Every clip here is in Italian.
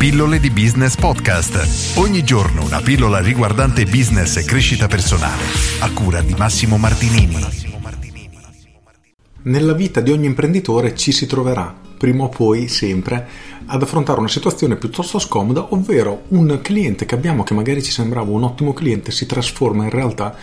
Pillole di Business Podcast. Ogni giorno una pillola riguardante business e crescita personale. A cura di Massimo Martinini. Nella vita di ogni imprenditore ci si troverà, prima o poi, sempre, ad affrontare una situazione piuttosto scomoda, ovvero un cliente che abbiamo che magari ci sembrava un ottimo cliente si trasforma in realtà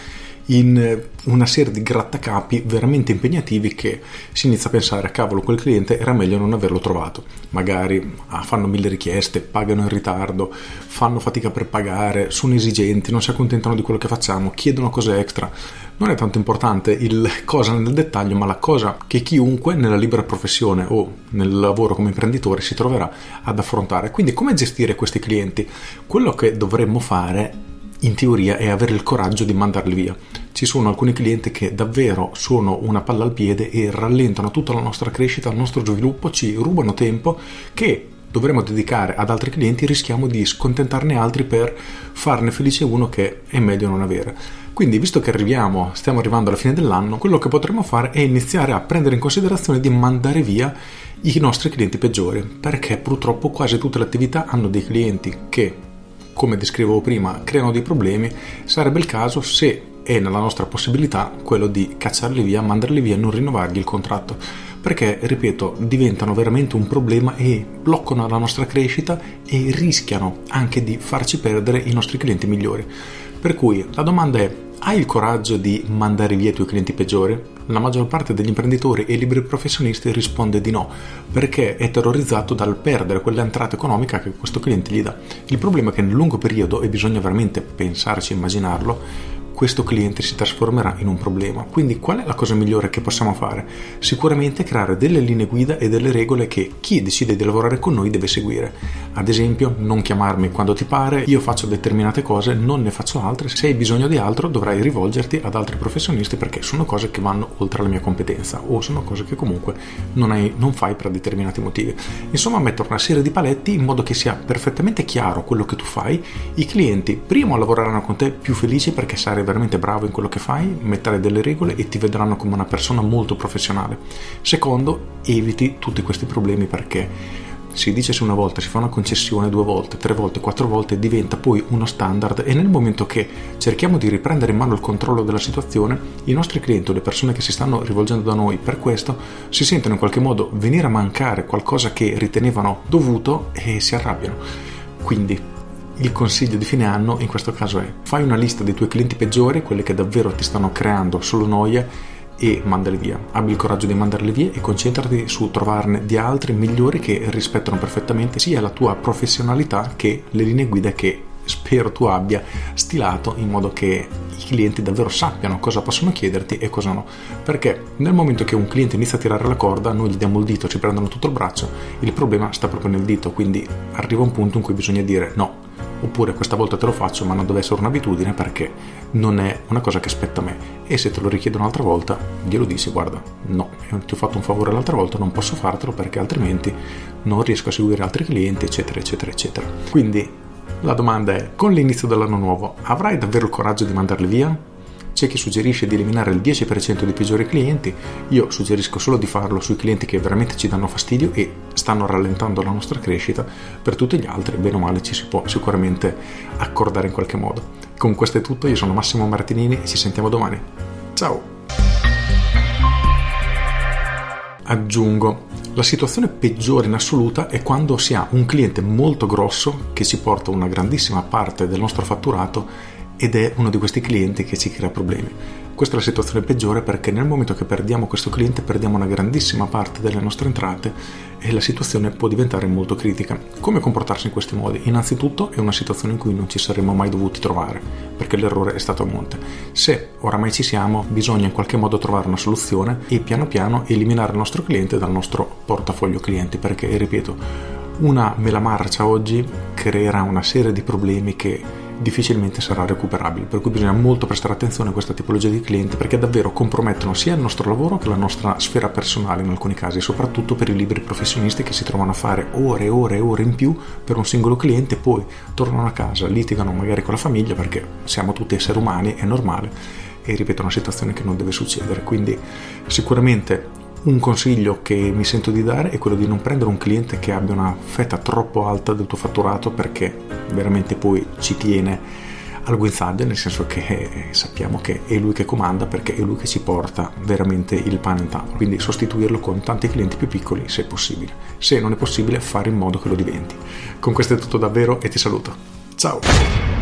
in una serie di grattacapi veramente impegnativi che si inizia a pensare, cavolo, quel cliente era meglio non averlo trovato. Magari fanno 1000 richieste, pagano in ritardo, fanno fatica per pagare, sono esigenti, non si accontentano di quello che facciamo, chiedono cose extra. Non è tanto importante il cosa nel dettaglio, ma la cosa che chiunque nella libera professione o nel lavoro come imprenditore si troverà ad affrontare. Quindi come gestire questi clienti? Quello che dovremmo fare in teoria è avere il coraggio di mandarli via. Ci sono alcuni clienti che davvero sono una palla al piede e rallentano tutta la nostra crescita, il nostro sviluppo, ci rubano tempo che dovremmo dedicare ad altri clienti, rischiamo di scontentarne altri per farne felice uno che è meglio non avere. Quindi, visto che stiamo arrivando alla fine dell'anno, quello che potremmo fare è iniziare a prendere in considerazione di mandare via i nostri clienti peggiori, perché purtroppo quasi tutte le attività hanno dei clienti che, come descrivevo prima, creano dei problemi. Sarebbe il caso, se è nella nostra possibilità, quello di cacciarli via, mandarli via, non rinnovargli il contratto, perché, ripeto, diventano veramente un problema e bloccano la nostra crescita e rischiano anche di farci perdere i nostri clienti migliori. Per cui la domanda è: hai il coraggio di mandare via i tuoi clienti peggiori? La maggior parte degli imprenditori e liberi professionisti risponde di no, perché è terrorizzato dal perdere quell'entrata economica che questo cliente gli dà. Il problema è che nel lungo periodo, e bisogna veramente pensarci e immaginarlo, questo cliente si trasformerà in un problema. Quindi qual è la cosa migliore che possiamo fare? Sicuramente creare delle linee guida e delle regole che chi decide di lavorare con noi deve seguire. Ad esempio, non chiamarmi quando ti pare, io faccio determinate cose, non ne faccio altre. Se hai bisogno di altro dovrai rivolgerti ad altri professionisti, perché sono cose che vanno oltre la mia competenza o sono cose che comunque non fai per determinati motivi. Insomma, mettere una serie di paletti in modo che sia perfettamente chiaro quello che tu fai. I clienti primo lavoreranno con te più felici perché sarai veramente bravo in quello che fai, mettere delle regole e ti vedranno come una persona molto professionale. Secondo, eviti tutti questi problemi, perché si dice se una volta si fa una concessione, 2 volte, 3 volte, 4 volte, diventa poi uno standard, e nel momento che cerchiamo di riprendere in mano il controllo della situazione, i nostri clienti o le persone che si stanno rivolgendo da noi per questo si sentono in qualche modo venire a mancare qualcosa che ritenevano dovuto e si arrabbiano. Quindi il consiglio di fine anno in questo caso è: fai una lista dei tuoi clienti peggiori, quelli che davvero ti stanno creando solo noia, e mandali via. Abbi il coraggio di mandarli via e concentrati su trovarne di altri migliori che rispettano perfettamente sia la tua professionalità che le linee guida che spero tu abbia stilato, in modo che i clienti davvero sappiano cosa possono chiederti e cosa no. Perché nel momento che un cliente inizia a tirare la corda, noi gli diamo il dito, ci prendono tutto il braccio, il problema sta proprio nel dito. Quindi arriva un punto in cui bisogna dire no, oppure questa volta te lo faccio, ma non deve essere un'abitudine, perché non è una cosa che spetta a me, e se te lo richiedo un'altra volta glielo dici: guarda, no, ti ho fatto un favore l'altra volta, non posso fartelo perché altrimenti non riesco a seguire altri clienti, eccetera eccetera eccetera. Quindi la domanda è: con l'inizio dell'anno nuovo avrai davvero il coraggio di mandarli via? C'è chi suggerisce di eliminare il 10% dei peggiori clienti. Io suggerisco solo di farlo sui clienti che veramente ci danno fastidio e stanno rallentando la nostra crescita. Per tutti gli altri, bene o male, ci si può sicuramente accordare in qualche modo. Con questo è tutto, io sono Massimo Martinini e ci sentiamo domani. Ciao! Aggiungo: la situazione peggiore in assoluta è quando si ha un cliente molto grosso che ci porta una grandissima parte del nostro fatturato ed è uno di questi clienti che ci crea problemi. Questa è la situazione peggiore, perché nel momento che perdiamo questo cliente perdiamo una grandissima parte delle nostre entrate e la situazione può diventare molto critica. Come comportarsi in questi modi? Innanzitutto è una situazione in cui non ci saremmo mai dovuti trovare, perché l'errore è stato a monte. Se oramai ci siamo, bisogna in qualche modo trovare una soluzione e piano piano eliminare il nostro cliente dal nostro portafoglio clienti, perché, ripeto, una mela marcia oggi creerà una serie di problemi che difficilmente sarà recuperabile, per cui bisogna molto prestare attenzione a questa tipologia di clienti, perché davvero compromettono sia il nostro lavoro che la nostra sfera personale in alcuni casi, soprattutto per i liberi professionisti che si trovano a fare ore e ore e ore in più per un singolo cliente, poi tornano a casa, litigano magari con la famiglia, perché siamo tutti esseri umani, è normale, e ripeto, una situazione che non deve succedere. Quindi sicuramente Un consiglio che mi sento di dare è quello di non prendere un cliente che abbia una fetta troppo alta del tuo fatturato, perché veramente poi ci tiene al guinzaglio, nel senso che sappiamo che è lui che comanda, perché è lui che ci porta veramente il pane in tavola. Quindi sostituirlo con tanti clienti più piccoli se è possibile. Se non è possibile, fare in modo che lo diventi. Con questo è tutto davvero e ti saluto. Ciao!